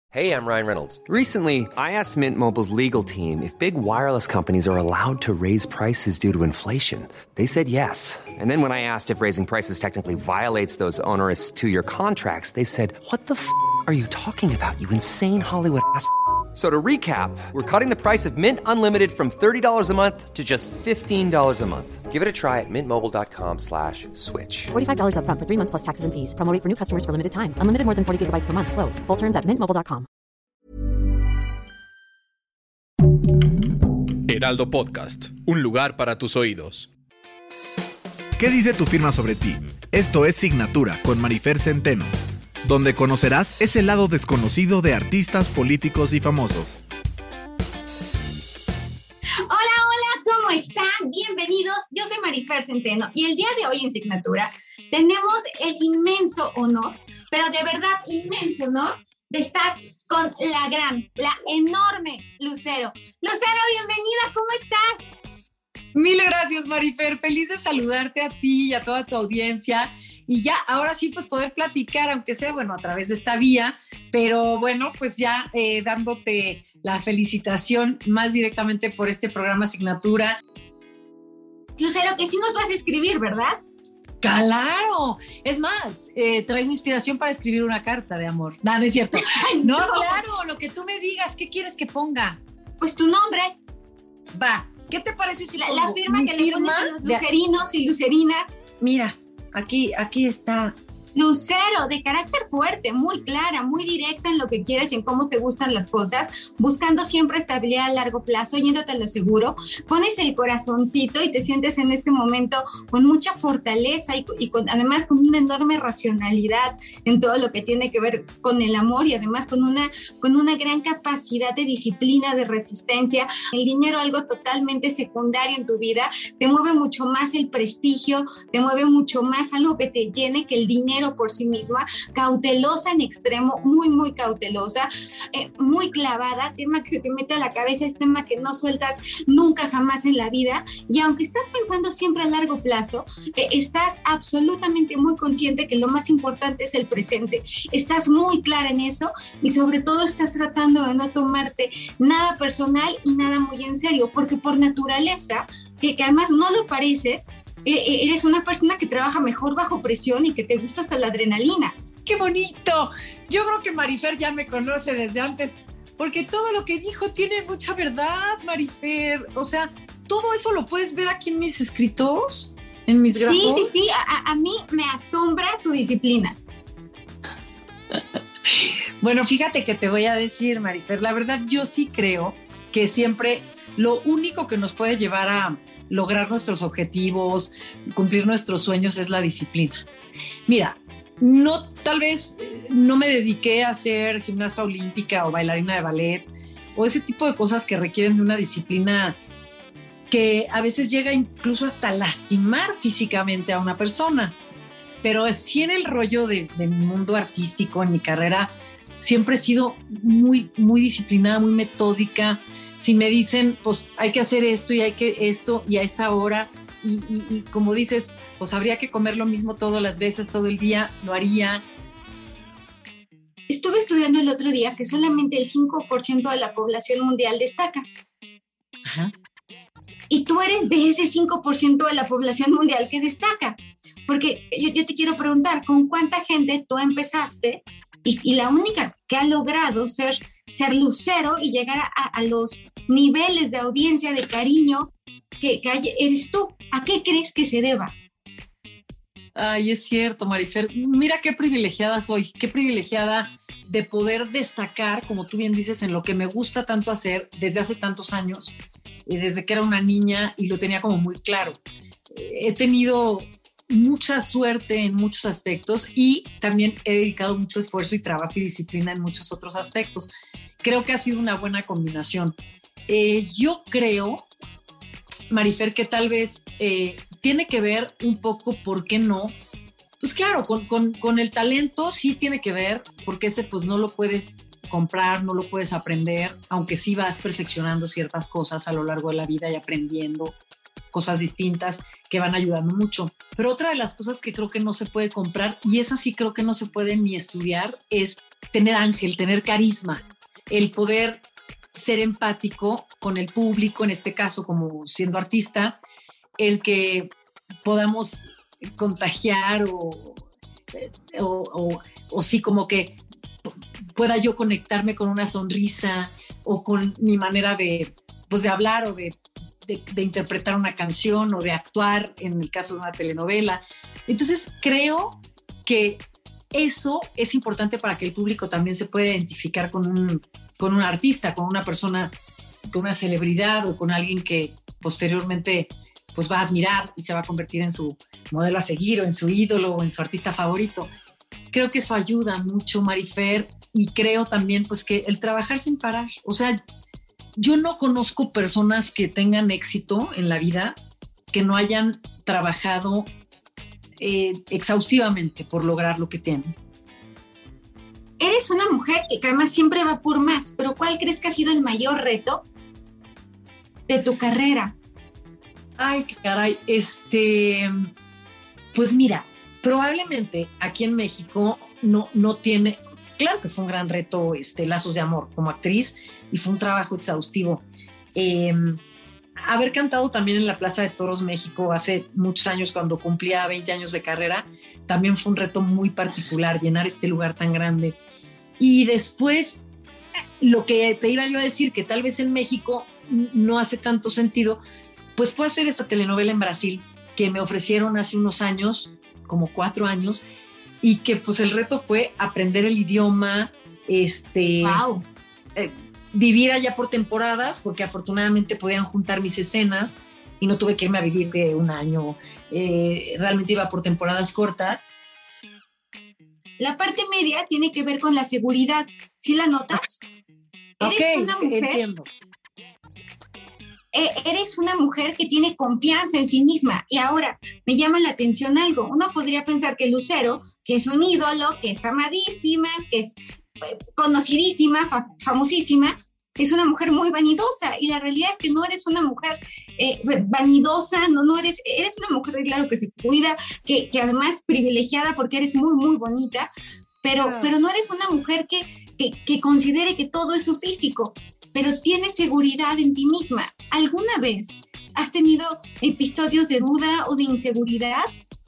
Hey, I'm Ryan Reynolds. Recently, I asked Mint Mobile's legal team if big wireless companies are allowed to raise prices due to inflation. They said yes. And then when I asked if raising prices technically violates those onerous two-year contracts, they said, "What the f*** are you talking about, you insane Hollywood ass?" So to recap, we're cutting the price of Mint Unlimited from $30 a month to just $15 a month. Give it a try at mintmobile.com/switch. $45 up front for 3 months plus taxes and fees. Promo rate for new customers for limited time. Unlimited more than 40 gigabytes per month. Slows full terms at mintmobile.com. Heraldo Podcast, un lugar para tus oídos. ¿Qué dice tu firma sobre ti? Esto es Signatura con Marifer Centeno, donde conocerás ese lado desconocido de artistas, políticos y famosos. Hola, ¿cómo están? Bienvenidos, yo soy Marifer Centeno y el día de hoy en Signatura tenemos el inmenso honor, pero de verdad inmenso honor, de estar con la enorme Lucero. Lucero, bienvenida, ¿cómo estás? Mil gracias, Marifer. Feliz de saludarte a ti y a toda tu audiencia. Y ya, ahora sí, pues poder platicar, aunque sea, bueno, a través de esta vía, pero bueno, pues ya dándote la felicitación más directamente por este programa Signatura. Lucero, que sí nos vas a escribir, ¿verdad? ¡Claro! Es más, traigo inspiración para escribir una carta de amor. No, no es cierto. Ay, no, claro, lo que tú me digas. ¿Qué quieres que ponga? Pues tu nombre. Va, ¿qué te parece si la pongo firma que le pones a los lucerinos y lucerinas? Mira, aquí está. Lucero, de carácter fuerte, muy clara, muy directa en lo que quieres y en cómo te gustan las cosas, buscando siempre estabilidad a largo plazo, yéndote a lo seguro, pones el corazoncito y te sientes en este momento con mucha fortaleza y además con una enorme racionalidad en todo lo que tiene que ver con el amor y además con una gran capacidad de disciplina, de resistencia. El dinero, algo totalmente secundario en tu vida, te mueve mucho más el prestigio, te mueve mucho más algo que te llene que el dinero por sí misma, cautelosa en extremo, muy, muy cautelosa, muy clavada, tema que se te mete a la cabeza, es tema que no sueltas nunca jamás en la vida, y aunque estás pensando siempre a largo plazo, estás absolutamente muy consciente que lo más importante es el presente, estás muy clara en eso, y sobre todo estás tratando de no tomarte nada personal y nada muy en serio, porque por naturaleza, que además no lo pareces, eres una persona que trabaja mejor bajo presión y que te gusta hasta la adrenalina. ¡Qué bonito! Yo creo que Marifer ya me conoce desde antes, porque todo lo que dijo tiene mucha verdad, Marifer. O sea, todo eso lo puedes ver aquí en mis escritos, en mis grafos. Sí. A mí me asombra tu disciplina. Bueno, fíjate que te voy a decir, Marifer, la verdad yo sí creo que siempre lo único que nos puede llevar a lograr nuestros objetivos, cumplir nuestros sueños es la disciplina. Mira, tal vez no me dediqué a ser gimnasta olímpica o bailarina de ballet o ese tipo de cosas que requieren de una disciplina que a veces llega incluso hasta lastimar físicamente a una persona. Pero sí, en el rollo de mi mundo artístico, en mi carrera, siempre he sido muy, muy disciplinada, muy metódica. Si me dicen, pues hay que hacer esto y hay que esto y a esta hora, y como dices, pues habría que comer lo mismo todas las veces, todo el día, lo haría. Estuve estudiando el otro día que solamente el 5% de la población mundial destaca. Ajá. Y tú eres de ese 5% de la población mundial que destaca. Porque yo te quiero preguntar, ¿con cuánta gente tú empezaste? Y la única que ha logrado ser lucero y llegar a los niveles de audiencia, de cariño que hay, eres tú. ¿A qué crees que se deba? Ay, es cierto, Marifer. Mira qué privilegiada soy, qué privilegiada de poder destacar, como tú bien dices, en lo que me gusta tanto hacer desde hace tantos años, desde que era una niña y lo tenía como muy claro. He tenido mucha suerte en muchos aspectos y también he dedicado mucho esfuerzo y trabajo y disciplina en muchos otros aspectos. Creo que ha sido una buena combinación. Yo creo, Marifer, que tal vez tiene que ver un poco, ¿por qué no? Pues claro, con el talento sí tiene que ver, porque ese pues no lo puedes comprar, no lo puedes aprender, aunque sí vas perfeccionando ciertas cosas a lo largo de la vida y aprendiendo. cosas distintas que van ayudando mucho. Pero otra de las cosas que creo que no se puede comprar, y esa sí creo que no se puede ni estudiar, es tener ángel, tener carisma, el poder ser empático con el público, en este caso como siendo artista, el que podamos contagiar o sí como que pueda yo conectarme con una sonrisa o con mi manera de hablar o de interpretar una canción o de actuar en el caso de una telenovela. Entonces creo que eso es importante para que el público también se pueda identificar con un artista, con una persona, con una celebridad o con alguien que posteriormente pues va a admirar y se va a convertir en su modelo a seguir o en su ídolo o en su artista favorito. Creo que eso ayuda mucho, Marifer, y creo también pues que el trabajar sin parar, o sea, yo no conozco personas que tengan éxito en la vida que no hayan trabajado exhaustivamente por lograr lo que tienen. Eres una mujer que además siempre va por más, pero ¿cuál crees que ha sido el mayor reto de tu carrera? Ay, qué caray, pues mira, probablemente aquí en México no tiene, claro que fue un gran reto Lazos de Amor como actriz y fue un trabajo exhaustivo. Haber cantado también en la Plaza de Toros México hace muchos años cuando cumplía 20 años de carrera, también fue un reto muy particular, llenar este lugar tan grande. Y después, lo que te iba yo a decir, que tal vez en México no hace tanto sentido, pues fue hacer esta telenovela en Brasil que me ofrecieron hace unos años, como 4 años, y que pues el reto fue aprender el idioma, Wow. Vivir allá por temporadas, porque afortunadamente podían juntar mis escenas y no tuve que irme a vivir de un año, realmente iba por temporadas cortas. La parte media tiene que ver con la seguridad, ¿sí la notas? Eres una mujer, entiendo. Eres una mujer que tiene confianza en sí misma. Y ahora me llama la atención algo. Uno podría pensar que Lucero, que es un ídolo, que es amadísima, que es conocidísima, famosísima, es una mujer muy vanidosa. Y la realidad es que no eres una mujer vanidosa, no eres una mujer, claro, que se cuida, que además privilegiada porque eres muy, muy bonita, pero no eres una mujer que considere que todo es su físico, pero tienes seguridad en ti misma. ¿Alguna vez has tenido episodios de duda o de inseguridad?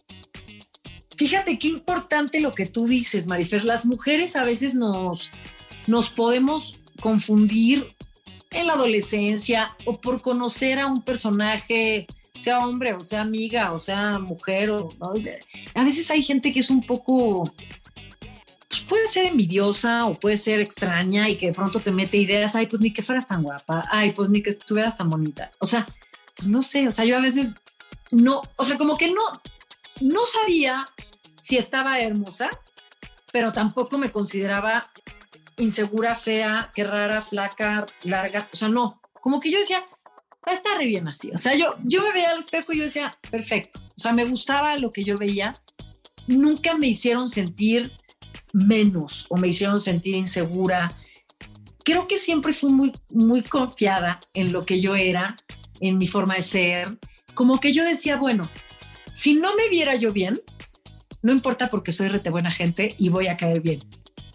Fíjate qué importante lo que tú dices, Marifer. Las mujeres a veces nos podemos confundir en la adolescencia o por conocer a un personaje, sea hombre o sea amiga o sea mujer. ¿No? A veces hay gente que es un poco, pues puede ser envidiosa o puede ser extraña y que de pronto te mete ideas, ay, pues ni que fueras tan guapa, ay, pues ni que estuvieras tan bonita. O sea, pues no sé, o sea, yo a veces no, o sea, como que no sabía si estaba hermosa, pero tampoco me consideraba insegura, fea, que rara, flaca, larga, o sea, no, como que yo decía, está re bien así, o sea, yo me veía al espejo y yo decía, perfecto, o sea, me gustaba lo que yo veía, nunca me hicieron sentir menos o me hicieron sentir insegura. Creo que siempre fui muy, muy confiada en lo que yo era, en mi forma de ser, como que yo decía, bueno, si no me viera yo bien, no importa porque soy rete buena gente y voy a caer bien.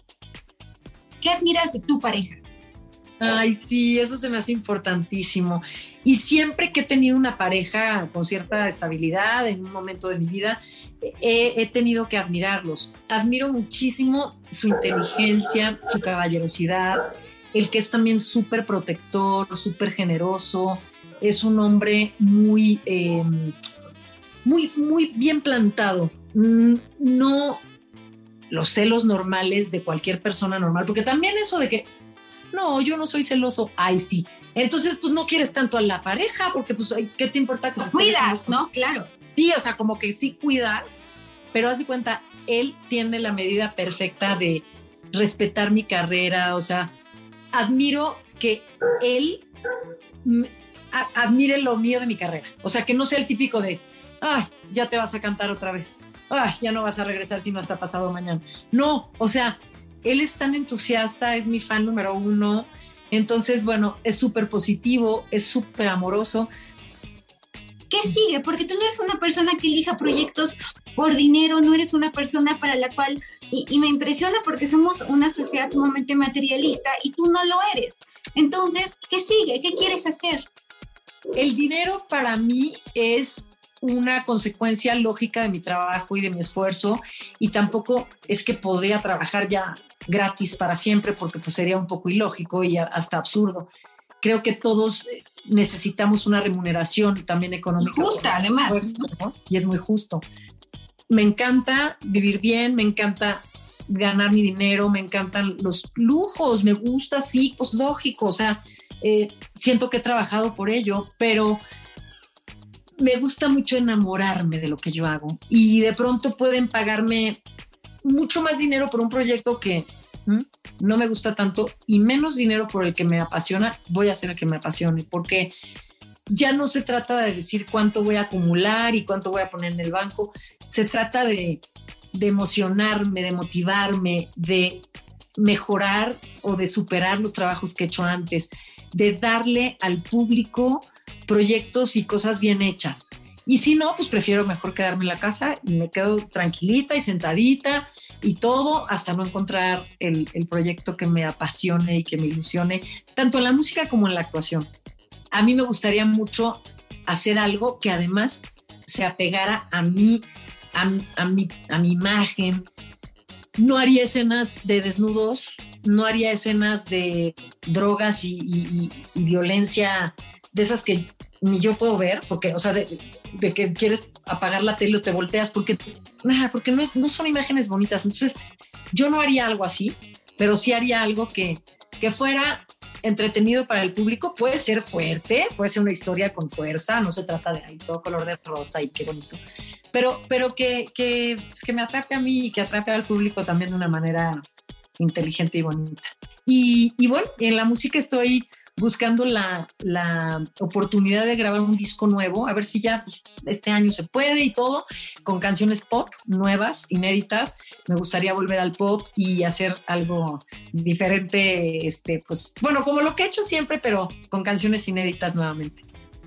¿Qué admiras de tu pareja? Ay, sí, eso se me hace importantísimo. Y siempre que he tenido una pareja con cierta estabilidad en un momento de mi vida, he tenido que admirarlos. Admiro muchísimo su inteligencia, su caballerosidad, el que es también súper protector, súper generoso. Es un hombre muy, muy, muy bien plantado. No los celos normales de cualquier persona normal, porque también eso de que no, yo no soy celoso, ay sí, entonces pues no quieres tanto a la pareja porque pues ¿qué te importa que se cuidas, no? Claro. Sí, o sea, como que sí cuidas, pero haz de cuenta, él tiene la medida perfecta de respetar mi carrera, o sea, admiro que él admire lo mío de mi carrera, o sea, que no sea el típico de ay, ya te vas a cantar otra vez, ay, ya no vas a regresar si no está pasado mañana. No, o sea, él es tan entusiasta, es mi fan número 1, entonces, bueno, es súper positivo, es súper amoroso. ¿Qué ¿qué sigue? Porque tú no eres una persona que elija proyectos por dinero, no eres una persona para la cual, y me impresiona porque somos una sociedad sumamente materialista y tú no lo eres. Entonces, ¿qué sigue? ¿Qué quieres hacer? El dinero para mí es una consecuencia lógica de mi trabajo y de mi esfuerzo, y tampoco es que podría trabajar ya gratis para siempre, porque pues sería un poco ilógico y hasta absurdo. Creo que todos necesitamos una remuneración también económica. Justa, además. Esfuerzo, ¿no? Y es muy justo. Me encanta vivir bien, me encanta ganar mi dinero, me encantan los lujos, me gusta, sí, pues lógico, o sea, siento que he trabajado por ello, pero me gusta mucho enamorarme de lo que yo hago, y de pronto pueden pagarme mucho más dinero por un proyecto que no me gusta tanto, y menos dinero por el que me apasiona. Voy a hacer el que me apasione, porque ya no se trata de decir cuánto voy a acumular y cuánto voy a poner en el banco. Se trata de emocionarme, de motivarme, de mejorar o de superar los trabajos que he hecho antes, de darle al público proyectos y cosas bien hechas. Y si no, pues prefiero mejor quedarme en la casa y me quedo tranquilita y sentadita y todo hasta no encontrar el proyecto que me apasione y que me ilusione, tanto en la música como en la actuación. A mí me gustaría mucho hacer algo que además se apegara a mí, a mi imagen. No haría escenas de desnudos, no haría escenas de drogas y violencia, de esas que ni yo puedo ver, porque, o sea, de que quieres apagar la tele o te volteas, porque no son imágenes bonitas. Entonces, yo no haría algo así, pero sí haría algo que fuera entretenido para el público. Puede ser fuerte, puede ser una historia con fuerza, no se trata de todo color de rosa y qué bonito, pero que me atrape a mí y que atrape al público también de una manera inteligente y bonita. Y bueno, en la música estoy buscando la oportunidad de grabar un disco nuevo, a ver si ya pues, este año se puede y todo, con canciones pop nuevas, inéditas. Me gustaría volver al pop y hacer algo diferente, pues bueno, como lo que he hecho siempre, pero con canciones inéditas nuevamente.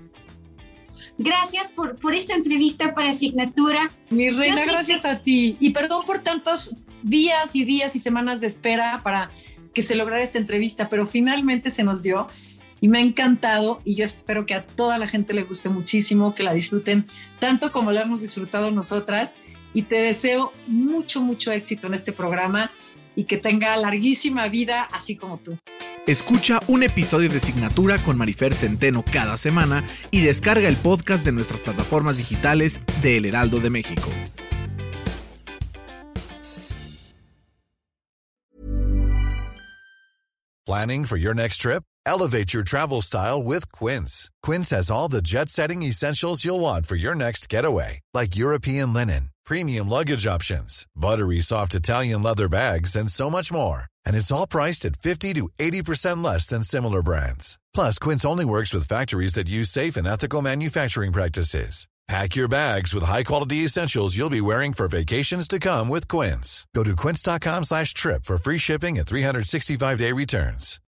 Gracias por esta entrevista para Asignatura. Mi reina, gracias a ti. Y perdón por tantos días y semanas de espera para que se lograra esta entrevista, pero finalmente se nos dio y me ha encantado, y yo espero que a toda la gente le guste muchísimo, que la disfruten tanto como la hemos disfrutado nosotras, y te deseo mucho, mucho éxito en este programa y que tenga larguísima vida así como tú. Escucha un episodio de Signatura con Marifer Centeno cada semana y descarga el podcast de nuestras plataformas digitales de El Heraldo de México. Planning for your next trip? Elevate your travel style with Quince. Quince has all the jet-setting essentials you'll want for your next getaway, like European linen, premium luggage options, buttery soft Italian leather bags, and so much more. And it's all priced at 50 to 80% less than similar brands. Plus, Quince only works with factories that use safe and ethical manufacturing practices. Pack your bags with high-quality essentials you'll be wearing for vacations to come with Quince. Go to quince.com/trip for free shipping and 365-day returns.